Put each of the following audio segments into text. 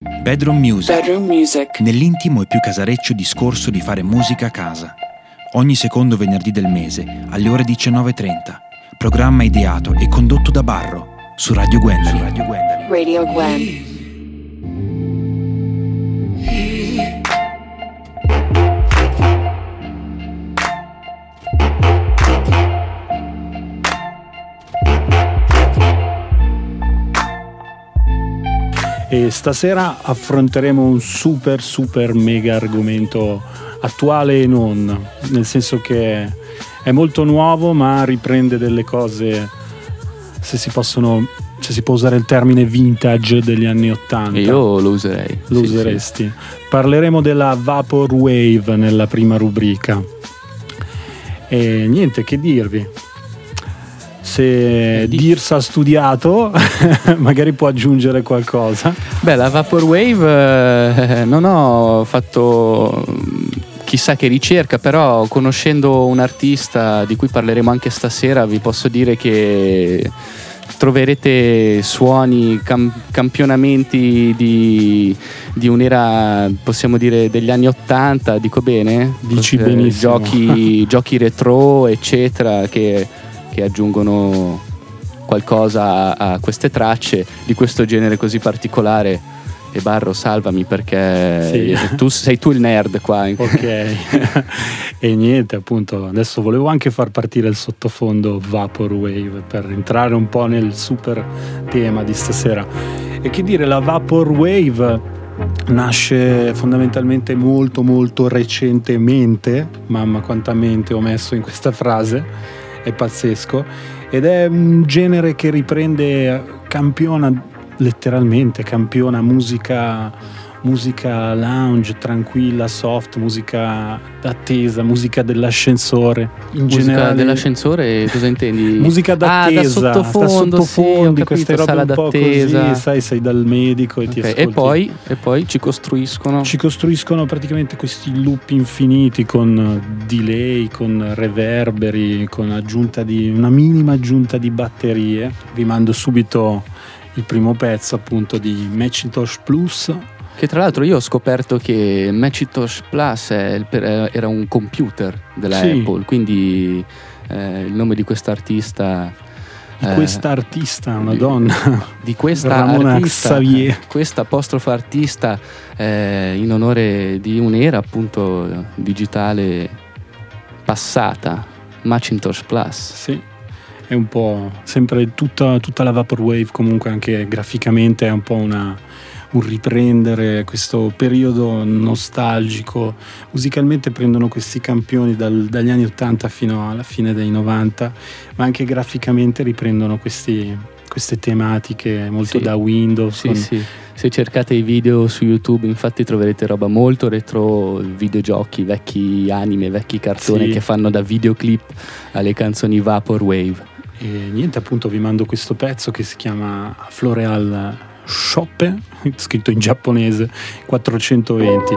Bedroom Music. Nell'intimo e più casareccio discorso di fare musica a casa. Ogni secondo venerdì del mese alle ore 19:30. Programma ideato e condotto da Barro su Radio Gwendolyn. Radio Gwen. E stasera affronteremo un super mega argomento attuale e non, nel senso che è molto nuovo ma riprende delle cose, se si può usare il termine vintage degli anni 80. Io lo userei. Lo useresti? Sì. Parleremo della Vaporwave nella prima rubrica. E niente, che dirvi. Se Dirs ha studiato magari può aggiungere qualcosa. Beh, la Vaporwave non ho fatto chissà che ricerca, però conoscendo un artista di cui parleremo anche stasera vi posso dire che troverete suoni, campionamenti di un'era, possiamo dire, degli anni 80, dico bene? Dici benissimo. Giochi retro eccetera che aggiungono qualcosa a queste tracce di questo genere così particolare. E Barro, salvami perché sei tu il nerd qua. Ok. E niente, appunto, adesso volevo anche far partire il sottofondo Vaporwave per entrare un po' nel super tema di stasera. E che dire, la Vaporwave nasce fondamentalmente molto recentemente. Mamma quanta mente ho messo in questa frase, è pazzesco, ed è un genere che campiona musica lounge, tranquilla, soft, musica d'attesa, musica dell'ascensore. In musica generale, dell'ascensore cosa intendi? Musica d'attesa, da sottofondo, sì, queste robe un po' d'attesa. Così, sai, sei dal medico e ti ascolti. E poi ci costruiscono praticamente questi loop infiniti con delay, con reverberi, con una minima aggiunta di batterie. Vi mando subito il primo pezzo, appunto, di Macintosh Plus, che tra l'altro io ho scoperto che Macintosh Plus era un computer della Apple, quindi il nome di quest'artista, una donna, di questa Ramona artista, Xavier, questa apostrofa artista, in onore di un'era appunto digitale passata, Macintosh Plus. Sì. È un po' sempre tutta la Vaporwave, comunque anche graficamente è un po' un riprendere questo periodo nostalgico. Musicalmente prendono questi campioni dagli anni 80 fino alla fine dei 90, ma anche graficamente riprendono queste tematiche molto da Windows. Sì. Se cercate i video su YouTube, infatti, troverete roba molto retro, videogiochi, vecchi anime, vecchi cartoni che fanno da videoclip alle canzoni Vaporwave. E niente, appunto, vi mando questo pezzo che si chiama Floreal Shoppe, scritto in giapponese, 420.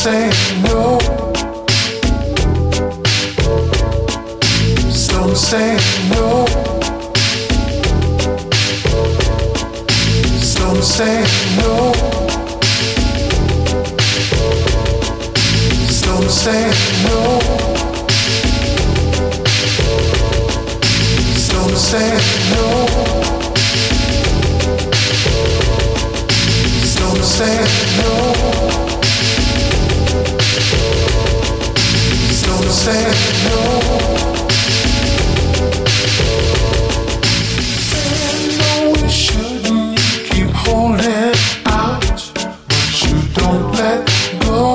say no. Some say no. Some say no. Some say no. Some say no. Some say no. Some say no. Say no, we shouldn't keep holding out, but you don't let go.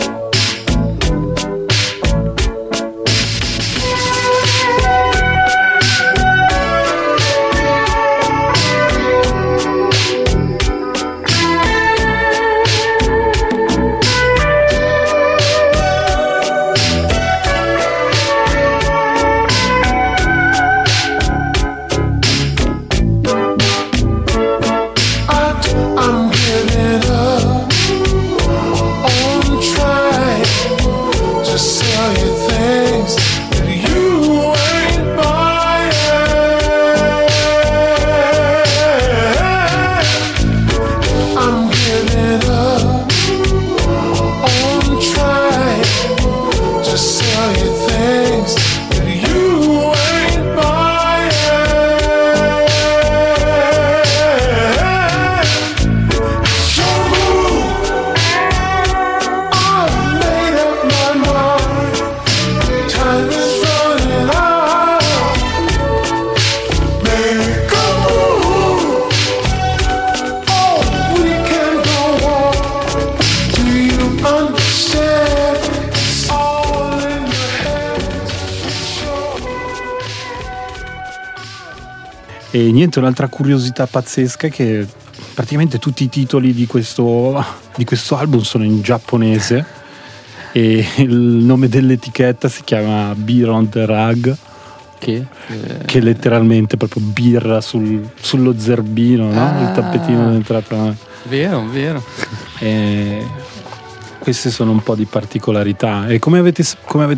E niente, un'altra curiosità pazzesca è che praticamente tutti i titoli di questo album sono in giapponese e il nome dell'etichetta si chiama Beer on the Rug, che letteralmente proprio birra sullo zerbino, no? Il tappetino d'entrata. Vero. E queste sono un po' di particolarità e come avete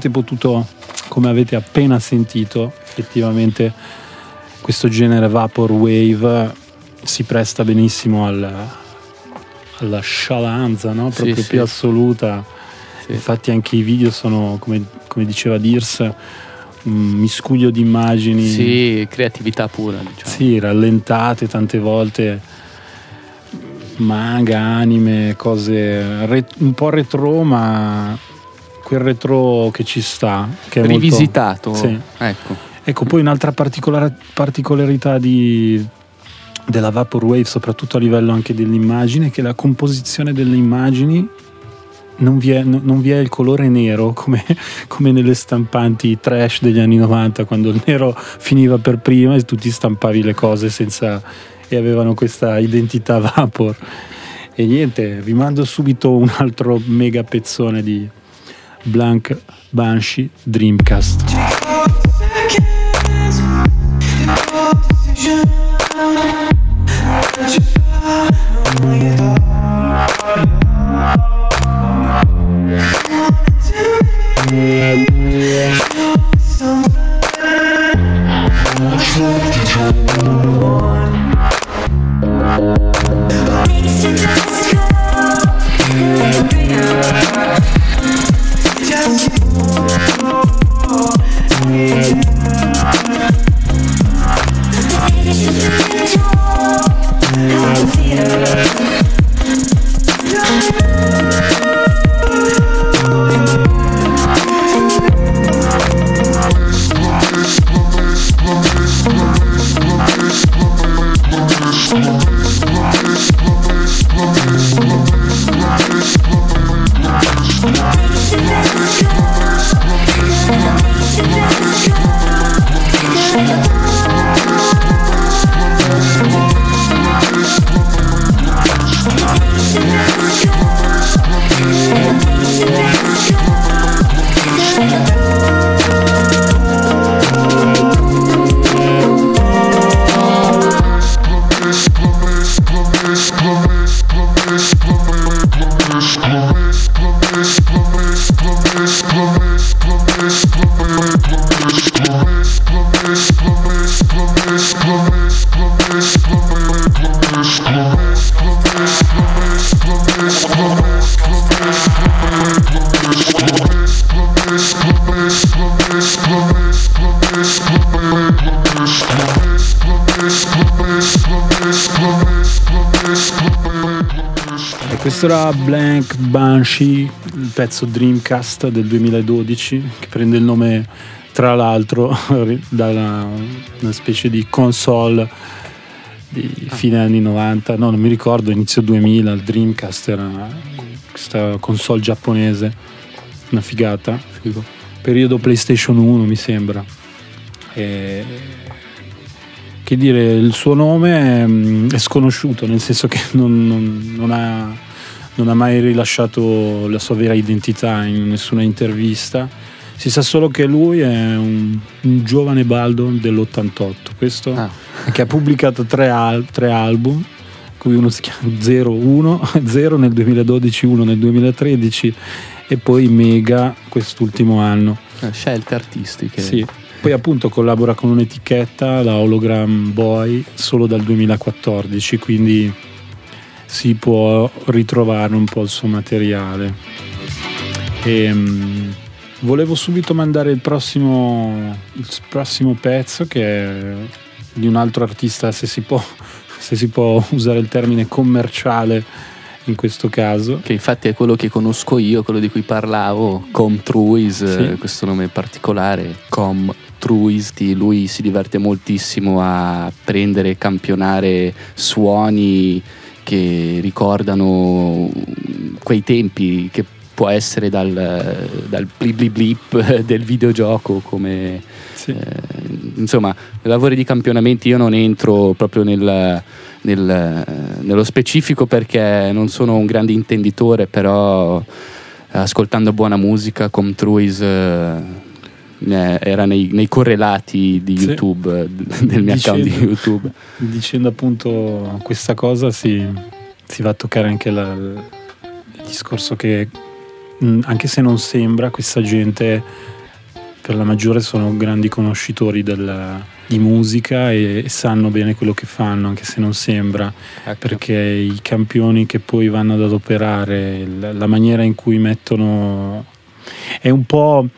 appena sentito, effettivamente questo genere vaporwave si presta benissimo alla scialanza, no? Proprio più assoluta. Sì. Infatti anche i video sono, come diceva Dirs, un miscuglio di immagini. Sì, creatività pura, diciamo. Sì, rallentate tante volte, manga, anime, cose un po' retro, ma quel retro che ci sta, che è rivisitato. Molto, sì. Ecco, poi un'altra particolarità della Vaporwave, soprattutto a livello anche dell'immagine, è che la composizione delle immagini non vi è il colore nero come nelle stampanti trash degli anni 90, quando il nero finiva per prima e tu ti stampavi le cose e avevano questa identità Vapor. E niente, vi mando subito un altro mega pezzone di Blank Banshee, Dreamcast. Questo era Blank Banshee, il pezzo Dreamcast del 2012, che prende il nome tra l'altro da una specie di console di fine anni 90, no non mi ricordo, inizio 2000. Il Dreamcast era questa console giapponese, una figata, periodo PlayStation 1 mi sembra. E che dire, il suo nome è sconosciuto, nel senso che non ha mai rilasciato la sua vera identità in nessuna intervista. Si sa solo che lui è un giovane baldo dell'88, questo che ha pubblicato tre album, cui uno si chiama 0 nel 2012, uno nel 2013 e poi Mega quest'ultimo anno. Scelte artistiche. Sì. Poi appunto collabora con un'etichetta, la Hologram Boy, solo dal 2014, quindi si può ritrovare un po' il suo materiale. Volevo subito mandare il prossimo pezzo, che è di un altro artista, se si può usare il termine commerciale in questo caso, che infatti è quello che conosco io, quello di cui parlavo, Com Truise, sì. Questo nome particolare, Com Truise. Lui si diverte moltissimo a prendere e campionare suoni che ricordano quei tempi, che può essere dal blip blip blip del videogioco, come sì. Insomma, lavori di campionamenti io non entro proprio nello specifico, perché non sono un grande intenditore, però ascoltando buona musica, Com Truise era nei correlati di YouTube, del mio account di YouTube. Dicendo appunto questa cosa si va a toccare anche il discorso che anche se non sembra, questa gente per la maggiore sono grandi conoscitori di musica e sanno bene quello che fanno, anche se non sembra, ecco. Perché i campioni che poi vanno ad adoperare, la maniera in cui mettono è un po'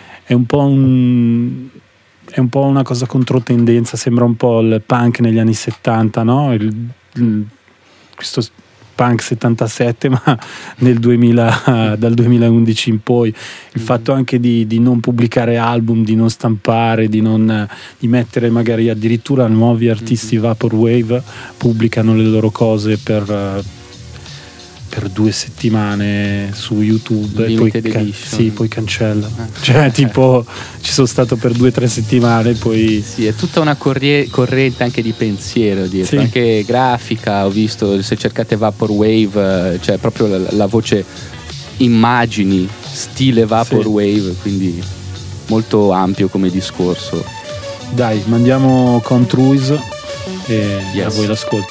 una cosa controtendenza, sembra un po' il punk negli anni 70, no? Questo punk 77, ma nel 2000, dal 2011 in poi, il fatto anche di non pubblicare album, di non stampare, di mettere magari addirittura nuovi artisti Vaporwave pubblicano le loro cose per 2 settimane su YouTube e poi cancella. Cioè tipo ci sono stato per 2 o 3 settimane, poi sì, è tutta una corrente anche di pensiero dietro, sì. Anche grafica, ho visto, se cercate Vaporwave c'è proprio la voce immagini stile Vaporwave, sì. Quindi molto ampio come discorso. Dai, mandiamo Com Truise e a voi l'ascolto.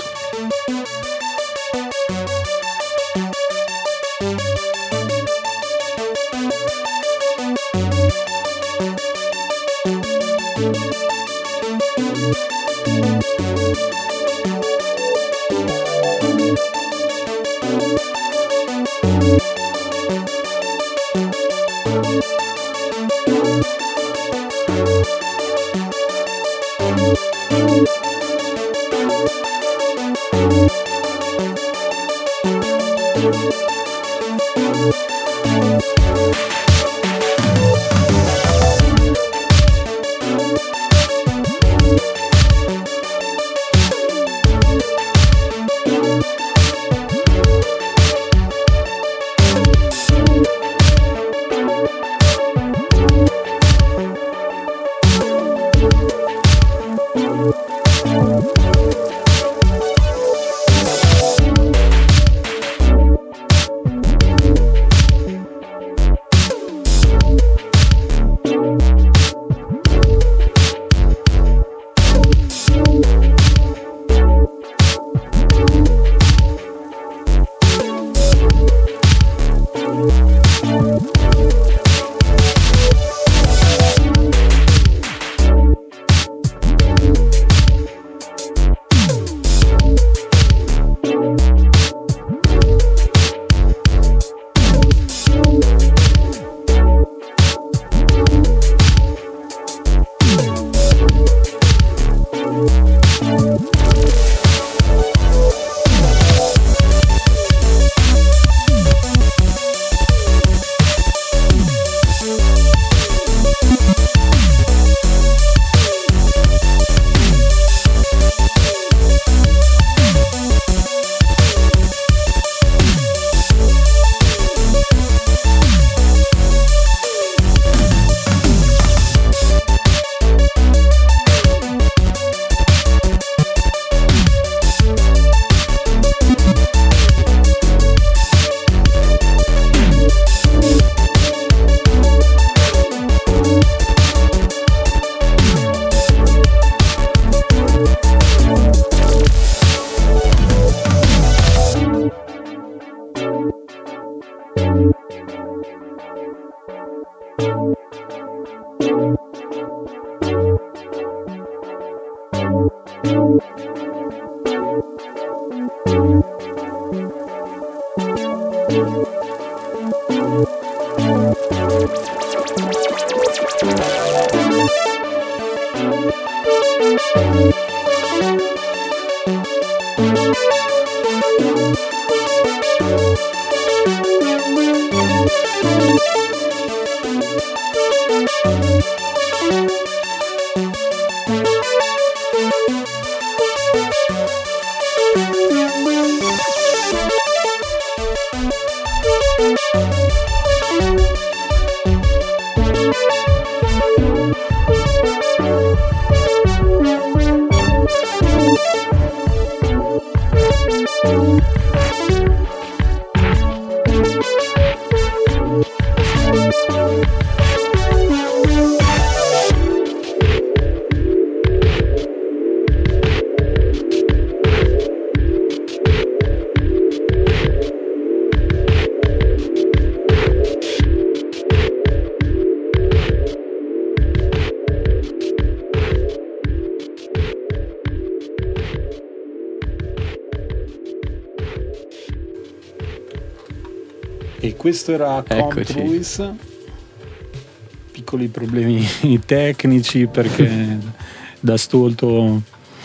E questo era Comtruis. Piccoli problemi tecnici perché da stolti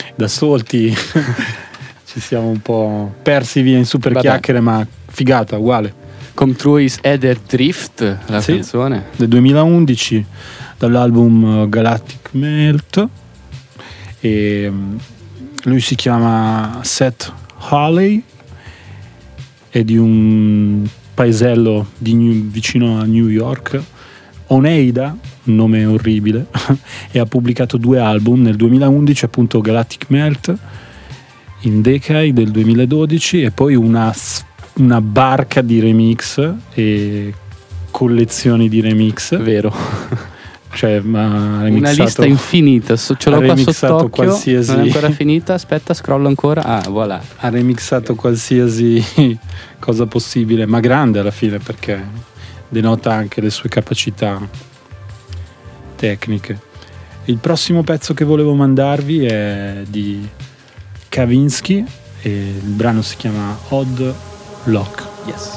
ci siamo un po' persi via in super chiacchiere, ma figata uguale. Comtruis Eder Drift, la canzone del 2011 dall'album Galactic Melt, e lui si chiama Seth Halley, è di un paesello vicino a New York, Oneida, un nome orribile, e ha pubblicato 2 album nel 2011, appunto Galactic Melt in Decay del 2012, e poi una barca di remix e collezioni di remix, vero. Cioè, una lista infinita, ce l'ho qua sott'occhio, non è ancora finita, aspetta, scrollo ancora, voilà. Ha remixato qualsiasi cosa possibile, ma grande alla fine, perché denota anche le sue capacità tecniche. Il prossimo pezzo che volevo mandarvi è di Kavinsky e il brano si chiama Odd Lock. Yes.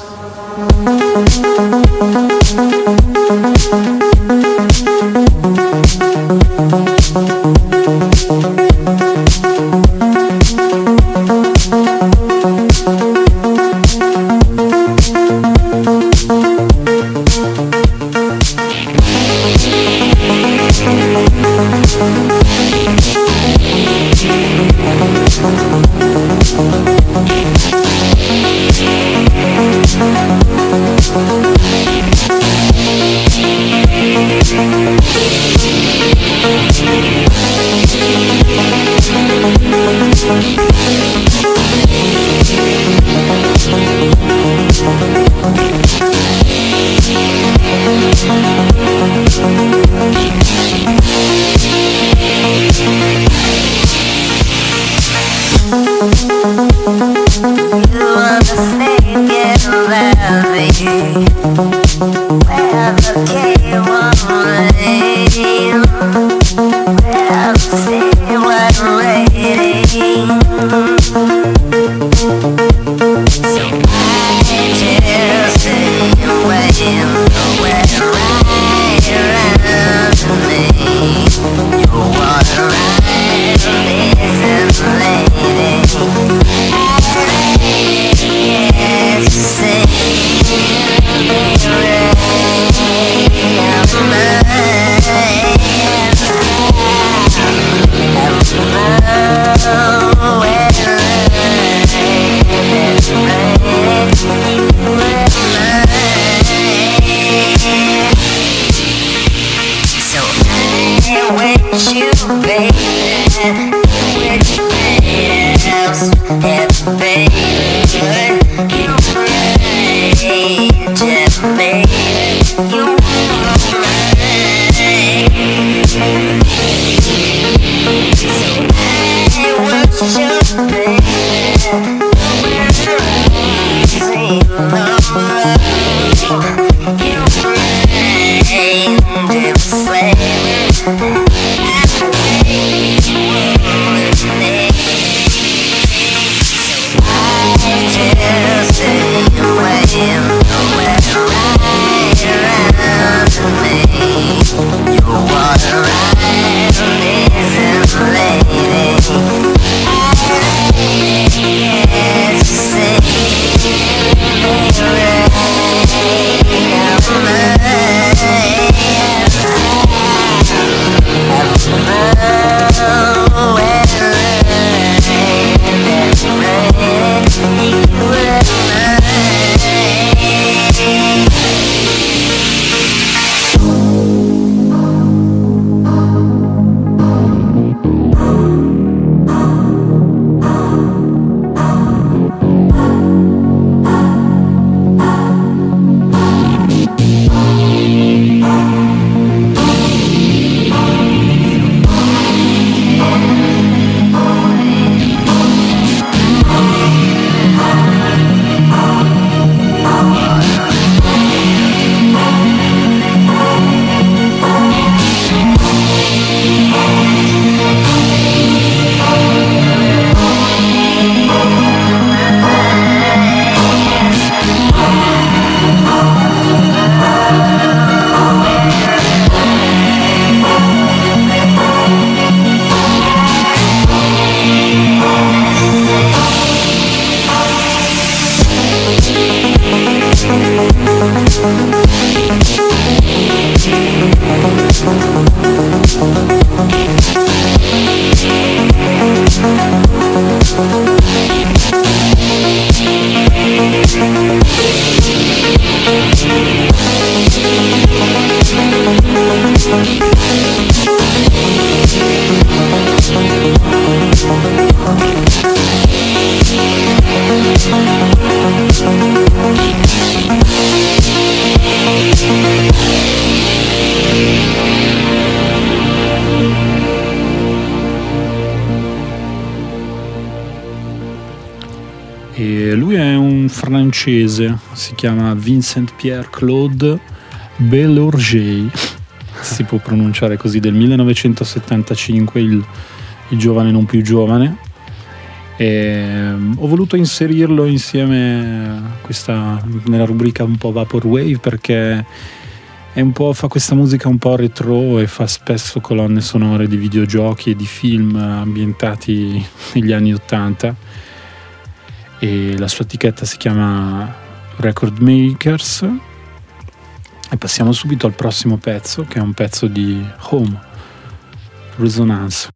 Just stay away. E lui è un francese, si chiama Vincent Pierre Claude Bellorgey, si può pronunciare così, del 1975, il giovane non più giovane. E ho voluto inserirlo insieme nella rubrica un po' Vaporwave perché è un po', fa questa musica un po' retro e fa spesso colonne sonore di videogiochi e di film ambientati negli anni 80. E la sua etichetta si chiama Record Makers. E passiamo subito al prossimo pezzo, che è un pezzo di Home Resonance.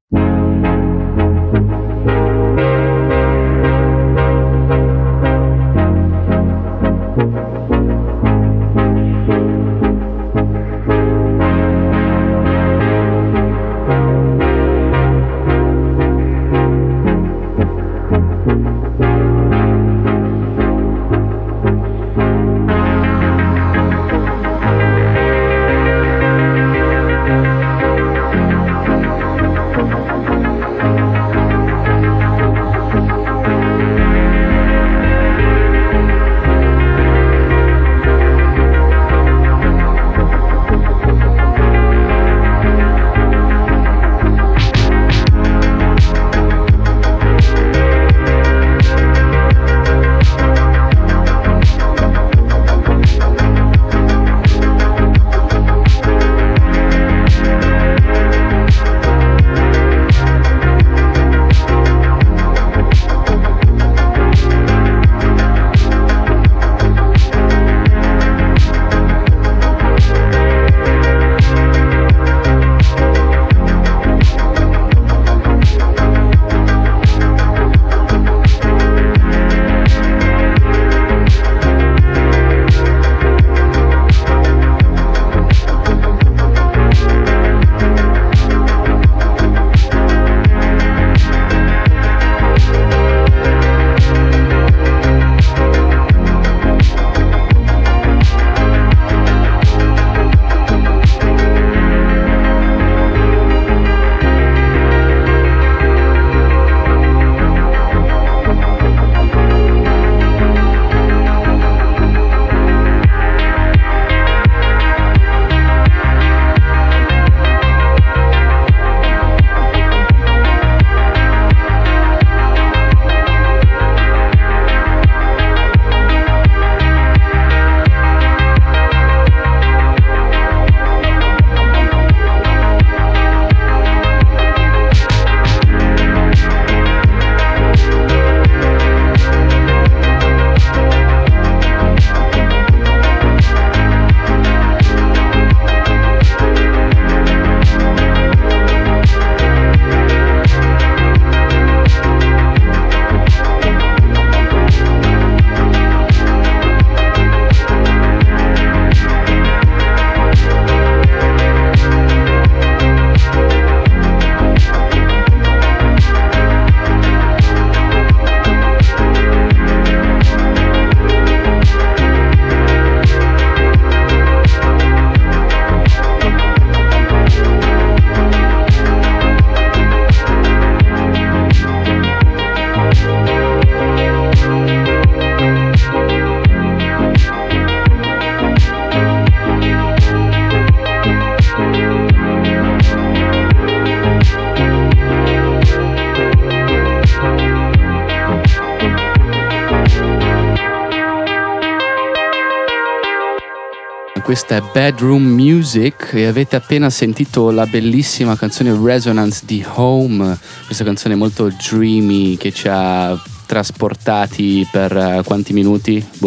Questa è Bedroom Music e avete appena sentito la bellissima canzone Resonance di Home, questa canzone molto dreamy che ci ha trasportati per quanti minuti?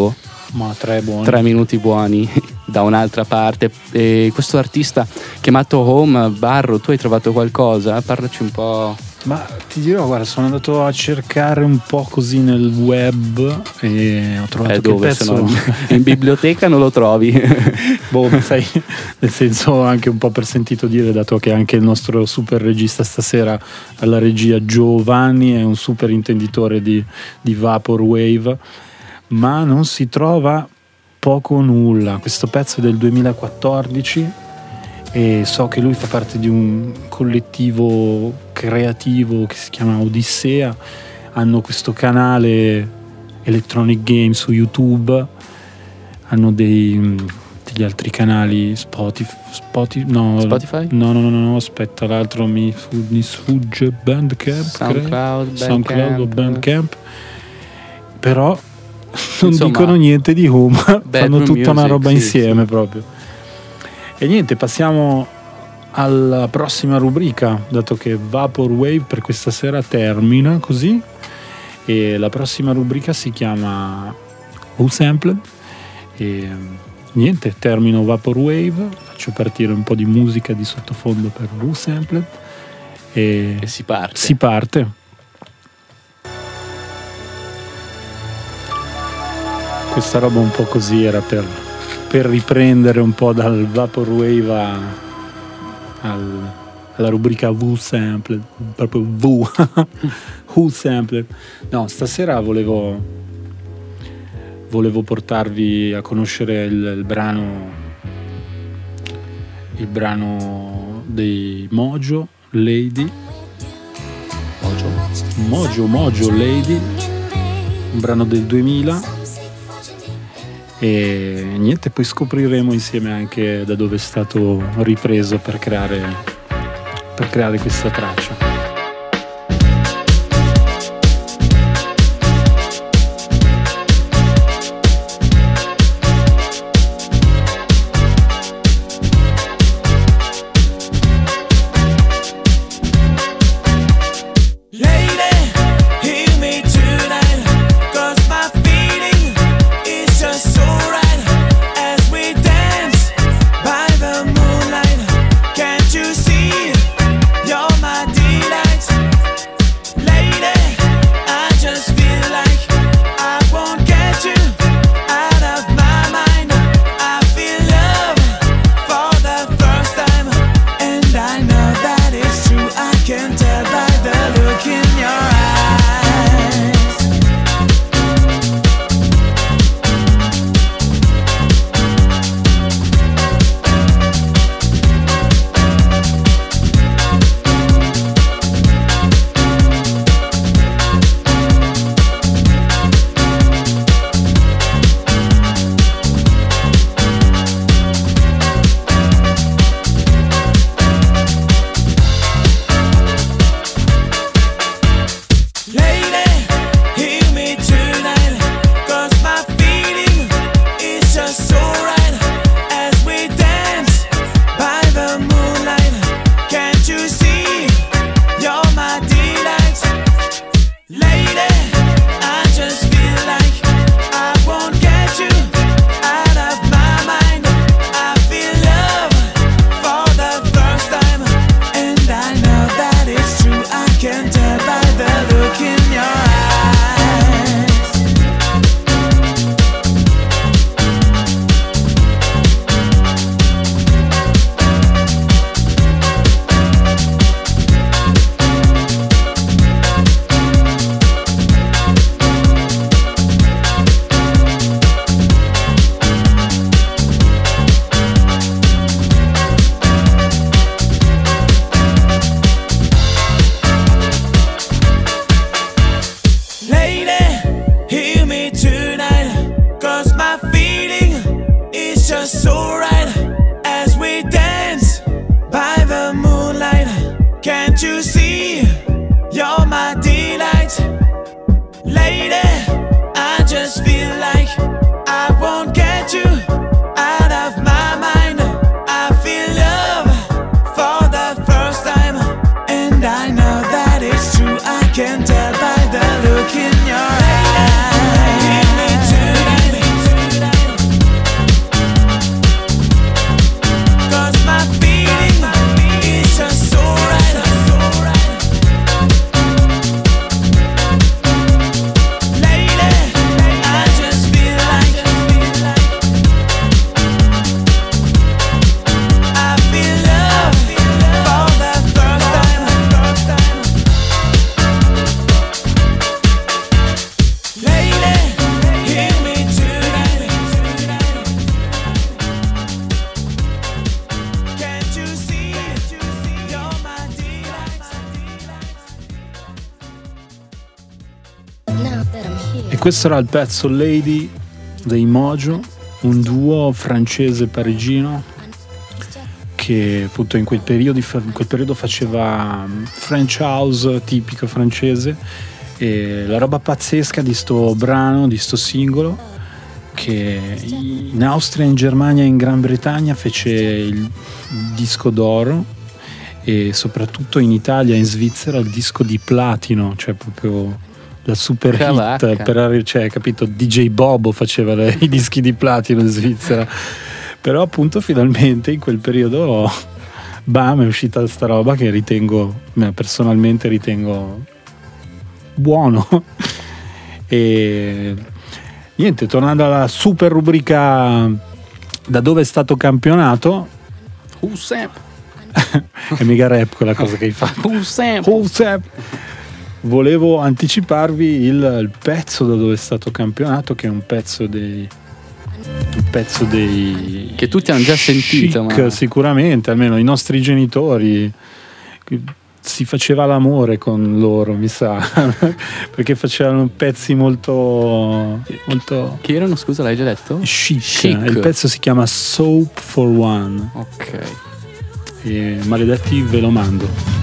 Ma 3 buoni. 3 minuti buoni da un'altra parte. E questo artista chiamato Home, Barro, tu hai trovato qualcosa? Parlaci un po'. Ma ti dirò, guarda, sono andato a cercare un po' così nel web e ho trovato che dove, il pezzo... se no, in biblioteca non lo trovi. Boh, sai, nel senso, anche un po' per sentito dire, dato che anche il nostro super regista stasera alla regia, Giovanni, è un super intenditore di Vaporwave, ma non si trova poco o nulla. Questo pezzo è del 2014 e so che lui fa parte di un collettivo creativo che si chiama Odissea. Hanno questo canale Electronic Game su YouTube, hanno degli altri canali Spotify? No, aspetta, l'altro mi sfugge, Bandcamp, SoundCloud o Bandcamp, però non dicono niente di Home. Fanno tutta una roba insieme, proprio. E niente, passiamo alla prossima rubrica, dato che Vaporwave per questa sera termina così, e la prossima rubrica si chiama Who Sampled. E niente, termino Vaporwave, faccio partire un po' di musica di sottofondo per Who Sampled e si parte. Questa roba un po' così era per riprendere un po' dal Vaporwave alla rubrica Who Sampled, proprio Who Sampled. No, stasera volevo portarvi a conoscere il brano dei Mojo Lady, un brano del 2000. E niente, poi scopriremo insieme anche da dove è stato ripreso per creare questa traccia. Can tell by the look in your eyes. Give me tonight. questo era il pezzo Lady dei Mojo, un duo francese parigino che appunto in quel periodo faceva French house tipico francese. E la roba pazzesca di sto brano, di sto singolo, che in Austria, in Germania e in Gran Bretagna fece il disco d'oro, e soprattutto in Italia e in Svizzera il disco di platino, cioè proprio la super hit cioè, capito, DJ Bobo faceva i dischi di platino in Svizzera. Però appunto finalmente in quel periodo bam, è uscita sta roba che personalmente ritengo buono. E niente, tornando alla super rubrica da dove è stato campionato, è mica rap quella cosa che hai fatto. Volevo anticiparvi il pezzo da dove è stato campionato, che è un pezzo dei che tutti hanno già sentito, Chic, ma sicuramente, almeno i nostri genitori. Si faceva l'amore con loro, mi sa, perché facevano pezzi molto che erano, scusa, l'hai già detto? Chic. Il pezzo si chiama Soap for One. Ok. E maledetti, ve lo mando.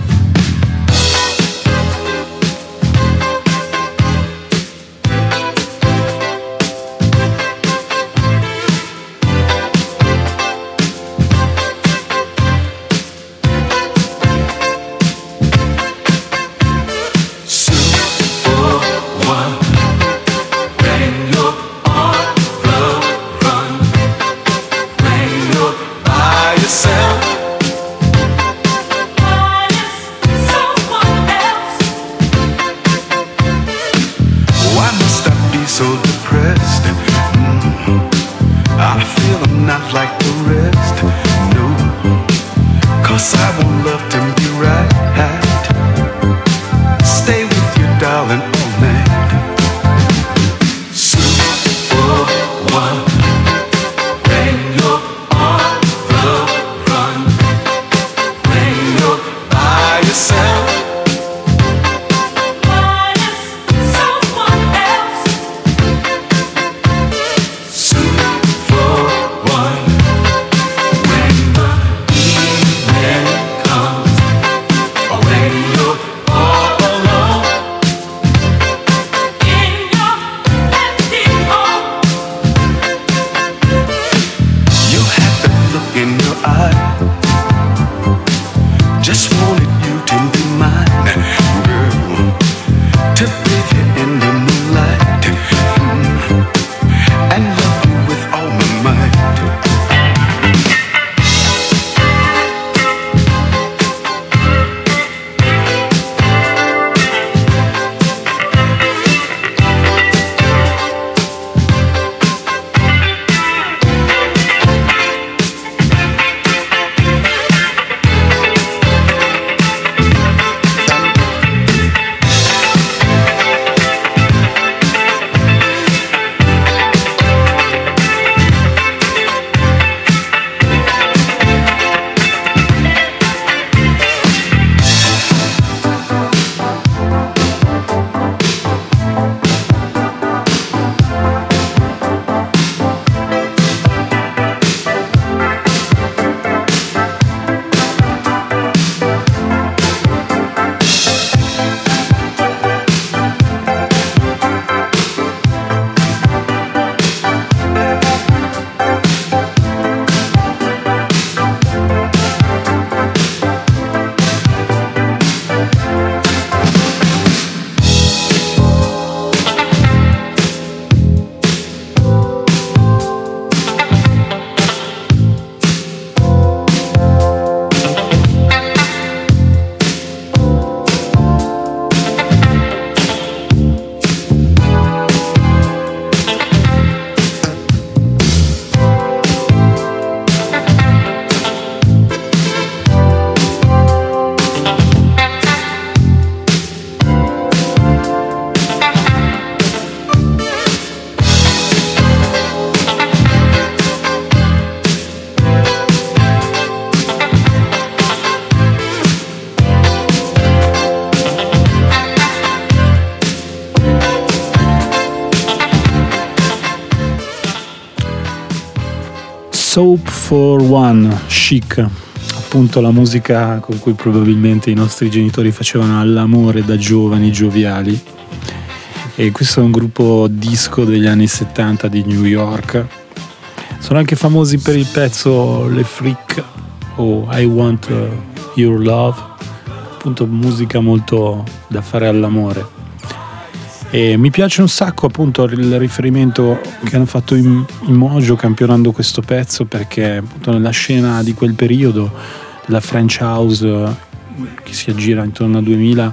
Soap for One, Chic, appunto la musica con cui probabilmente i nostri genitori facevano all'amore da giovani gioviali. E questo è un gruppo disco degli anni 70 di New York. Sono anche famosi per il pezzo Le Freak o I Want Your Love, appunto musica molto da fare all'amore. E mi piace un sacco appunto il riferimento che hanno fatto in Mojo campionando questo pezzo, perché appunto nella scena di quel periodo della French House che si aggira intorno al 2000,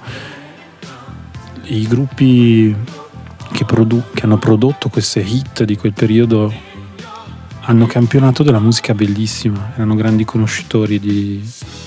i gruppi che hanno prodotto queste hit di quel periodo hanno campionato della musica bellissima, erano grandi conoscitori di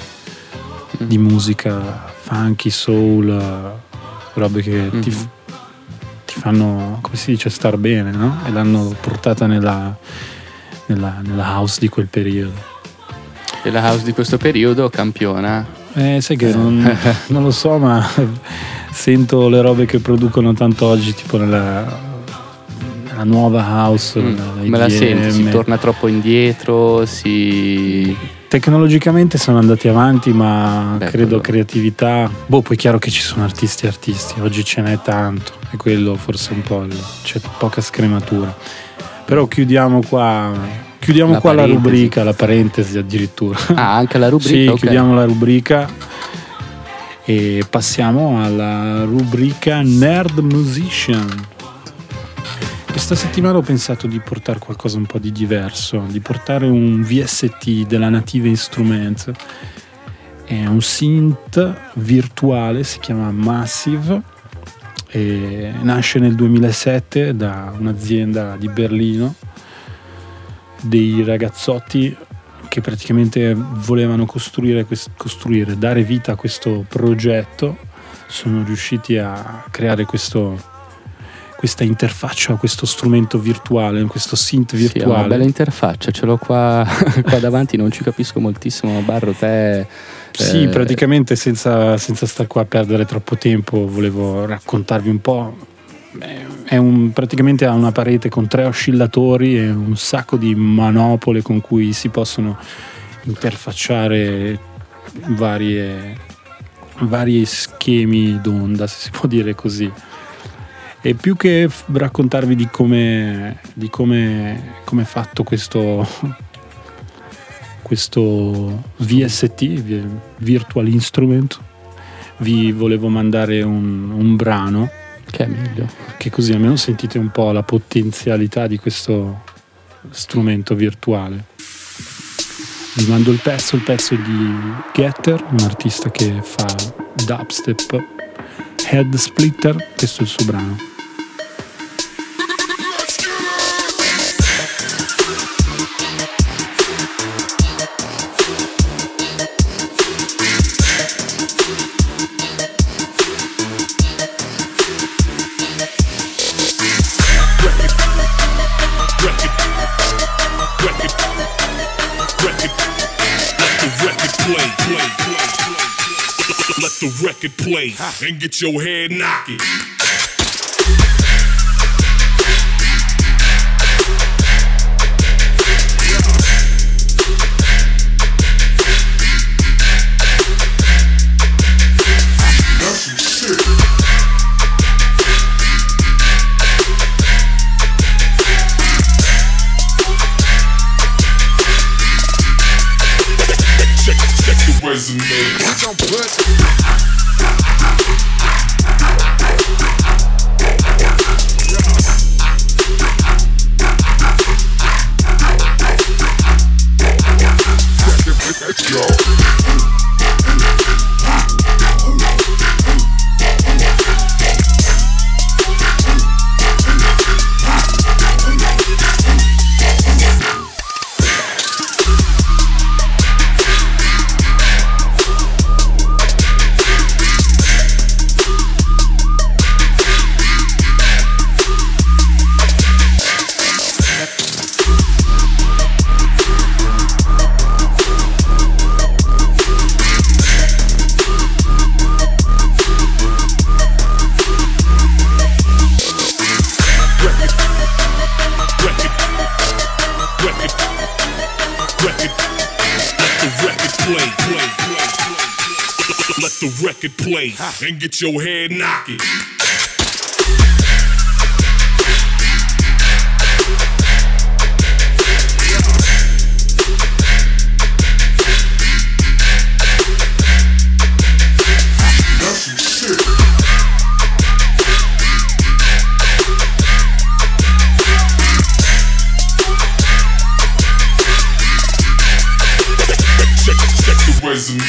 musica funky, soul, robe che ti fanno, come si dice, star bene, no? E l'hanno portata nella house di quel periodo. E la house di questo periodo campiona? Sai che non lo so, ma sento le robe che producono tanto oggi, tipo nella nuova house. Me la senti? Si torna troppo indietro? Tecnologicamente sono andati avanti, ma credo creatività. Poi è chiaro che ci sono artisti, oggi ce n'è tanto, e quello forse un po' c'è poca scrematura. Però chiudiamo qua la rubrica, la parentesi addirittura. Ah, anche la rubrica? Sì, okay. Chiudiamo la rubrica e passiamo alla rubrica Nerd Musician. Questa settimana ho pensato di portare qualcosa un po' di diverso, di portare un VST della Native Instruments. È un synth virtuale, si chiama Massive, e nasce nel 2007 da un'azienda di Berlino, dei ragazzotti che praticamente volevano dare vita a questo progetto. Sono riusciti a creare questa interfaccia, questo strumento virtuale, questo synth virtuale. Sì, è una bella interfaccia, ce l'ho qua davanti, non ci capisco moltissimo, Barro, te... Sì, praticamente senza star qua a perdere troppo tempo, volevo raccontarvi un po'. Praticamente ha una parete con 3 oscillatori e un sacco di manopole con cui si possono interfacciare vari schemi d'onda, se si può dire così. E più che raccontarvi di come è fatto questo VST, Virtual Instrument, vi volevo mandare un brano che è meglio, che così almeno sentite un po' la potenzialità di questo strumento virtuale. Vi mando il pezzo è di Getter, un artista che fa dubstep, Head Splitter, questo è il suo brano. Let the record play and get your head knocking. Check the resume. Let's go. the record play and get your head knocking. Resume.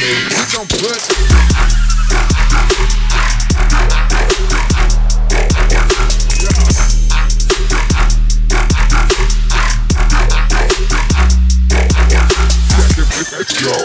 Let's go.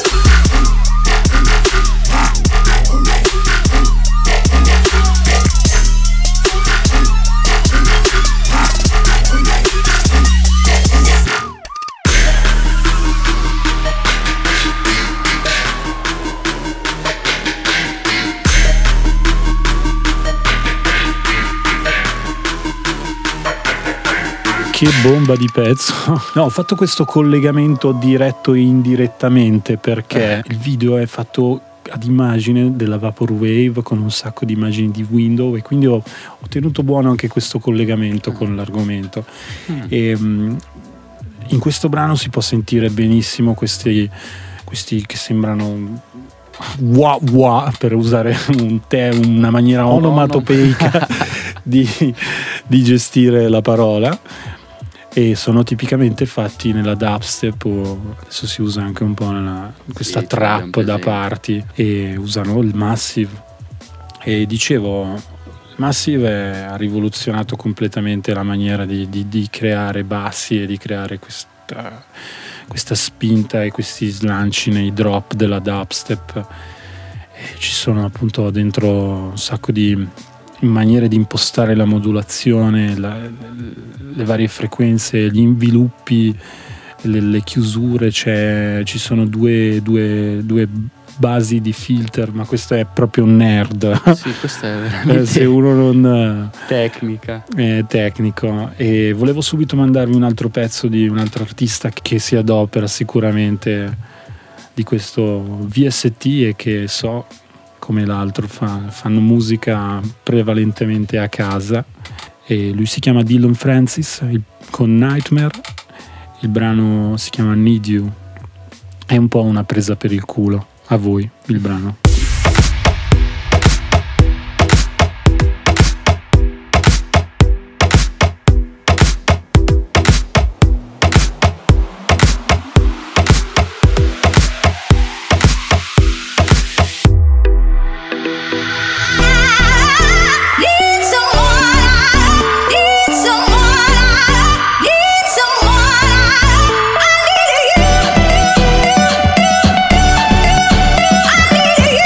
Che bomba di pezzo. No, ho fatto questo collegamento diretto e indirettamente perché il video è fatto ad immagine della Vaporwave con un sacco di immagini di Windows e quindi ho tenuto buono anche questo collegamento con l'argomento. E in questo brano si può sentire benissimo questi che sembrano wah wah, per usare una maniera onomatopeica di gestire la parola, e sono tipicamente fatti nella dubstep, o adesso si usa anche un po' questa trap da party, e usano il Massive. E dicevo, Massive ha rivoluzionato completamente la maniera di creare bassi e di creare questa spinta e questi slanci nei drop della dubstep. E ci sono appunto dentro un sacco di maniere di impostare la modulazione, le varie frequenze, gli inviluppi, le chiusure. Ci sono due basi di filter, ma questo è proprio un nerd. Sì, questo è veramente se uno non tecnica. È tecnico. E volevo subito mandarvi un altro pezzo di un altro artista che si adopera sicuramente di questo VST e che so, come l'altro, fanno musica prevalentemente a casa, e lui si chiama Dillon Francis con Nightmare. Il brano si chiama Need You. È un po' una presa per il culo. A voi il brano. Yeah.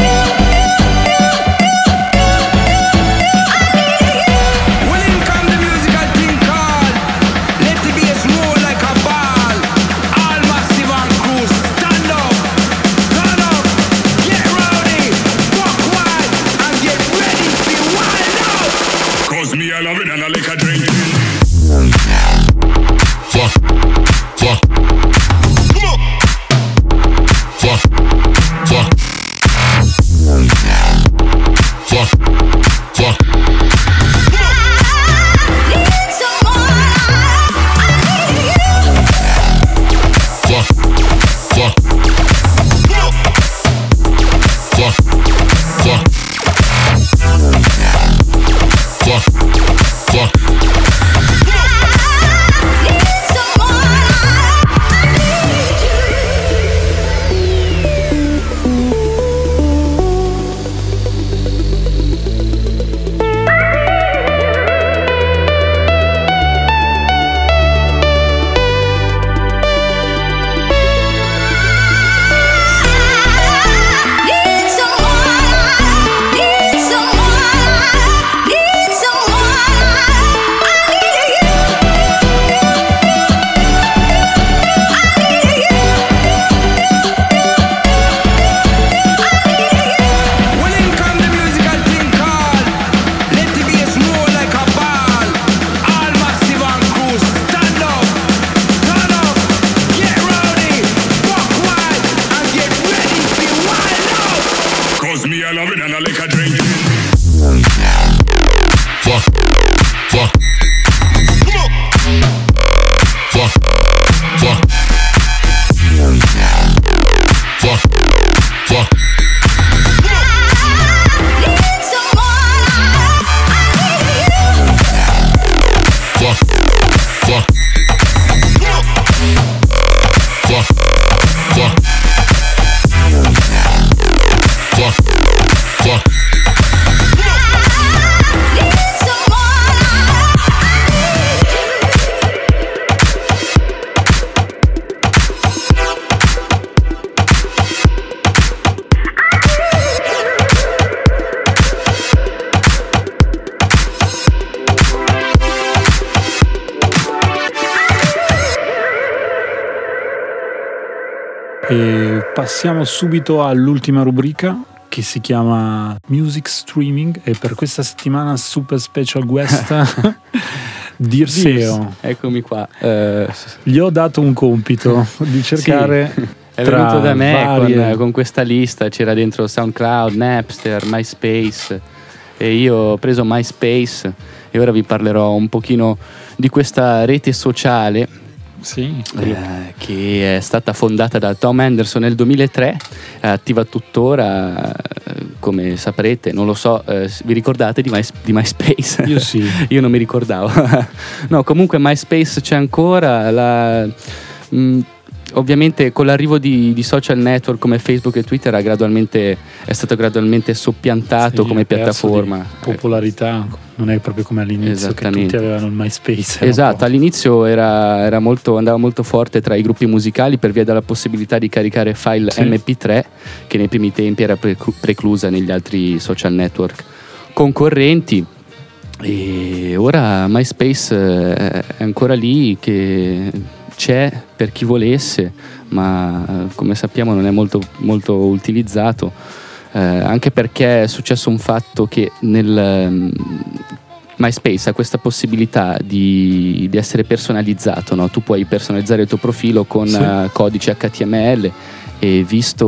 E passiamo subito all'ultima rubrica che si chiama Music Streaming, e per questa settimana super special guest Dirseo. Eccomi qua. Gli ho dato un compito di cercare. Sì. È venuto da me con questa lista, c'era dentro SoundCloud, Napster, MySpace, e io ho preso MySpace e ora vi parlerò un pochino di questa rete sociale. Sì, che è stata fondata da Tom Henderson nel 2003, è attiva tuttora, come saprete, non lo so, vi ricordate di MySpace? Io sì. Io non mi ricordavo. No, comunque MySpace c'è ancora, ovviamente con l'arrivo di social network come Facebook e Twitter è stato gradualmente soppiantato come piattaforma. Popolarità, non è proprio come all'inizio che tutti avevano il MySpace. Esatto, all'inizio andava molto forte tra i gruppi musicali per via della possibilità di caricare file MP3, che nei primi tempi era preclusa negli altri social network concorrenti. E ora MySpace è ancora lì, che c'è per chi volesse, ma come sappiamo non è molto utilizzato, anche perché è successo un fatto che nel MySpace ha questa possibilità di essere personalizzato, no? Tu puoi personalizzare il tuo profilo con codice HTML, e vista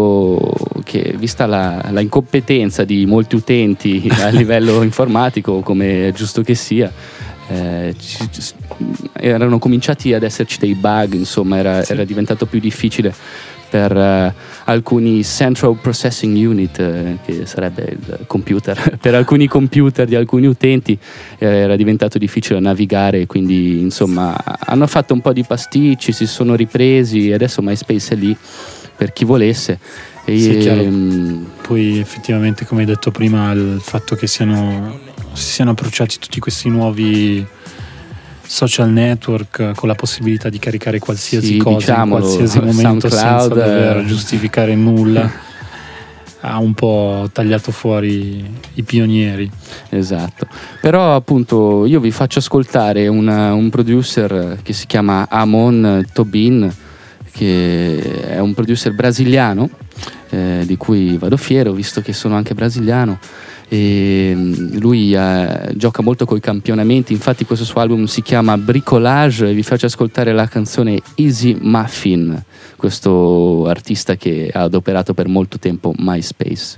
la incompetenza di molti utenti a livello informatico, come è giusto che sia, erano cominciati ad esserci dei bug, insomma era diventato più difficile per alcuni Central Processing Unit, che sarebbe il computer, per alcuni computer di alcuni utenti era diventato difficile navigare, quindi insomma hanno fatto un po' di pasticci, si sono ripresi e adesso MySpace è lì per chi volesse. Poi effettivamente, come hai detto prima, il fatto che si siano approcciati tutti questi nuovi social network con la possibilità di caricare qualsiasi cosa in qualsiasi momento senza dover giustificare nulla ha un po' tagliato fuori i pionieri. Esatto, però appunto io vi faccio ascoltare un producer che si chiama Amon Tobin, che è un producer brasiliano, di cui vado fiero visto che sono anche brasiliano, e lui gioca molto coi campionamenti. Infatti questo suo album si chiama Bricolage, e vi faccio ascoltare la canzone Easy Muffin, questo artista che ha adoperato per molto tempo MySpace.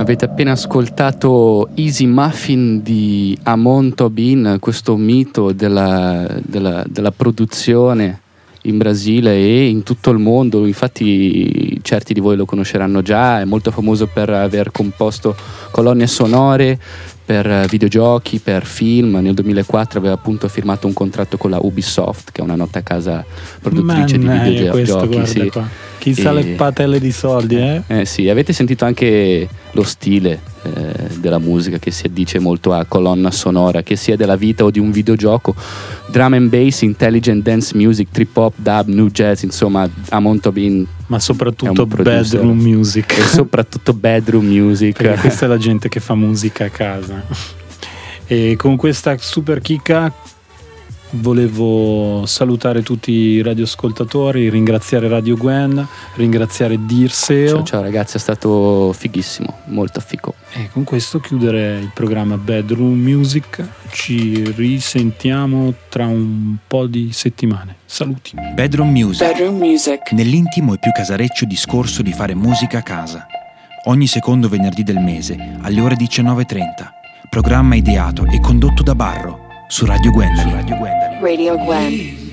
Avete appena ascoltato Easy Muffin di Amon Tobin, questo mito della produzione in Brasile e in tutto il mondo. Infatti certi di voi lo conosceranno già, è molto famoso per aver composto colonne sonore per videogiochi, per film. Nel 2004 aveva appunto firmato un contratto con la Ubisoft, che è una nota casa produttrice di videogiochi. Sì. Chissà le patelle di soldi, sì, avete sentito anche lo stile della musica che si addice molto a colonna sonora, che sia della vita o di un videogioco. Drum and bass, intelligent dance music, trip hop, dub, new jazz, insomma Amon Tobin, ma soprattutto bedroom music. E soprattutto bedroom music. Perché questa è la gente che fa musica a casa. E con questa super chicca volevo salutare tutti i radioascoltatori, ringraziare Radio Gwen, ringraziare Dirseo. Ciao ragazzi, è stato fighissimo, molto figo. E con questo chiudere il programma Bedroom Music. Ci risentiamo tra un po' di settimane. Saluti. Bedroom Music. Nell'intimo e più casareccio discorso di fare musica a casa. Ogni secondo venerdì del mese alle ore 19:30. Programma ideato e condotto da Barro su Radio Gwendolyn. Radio Gwen.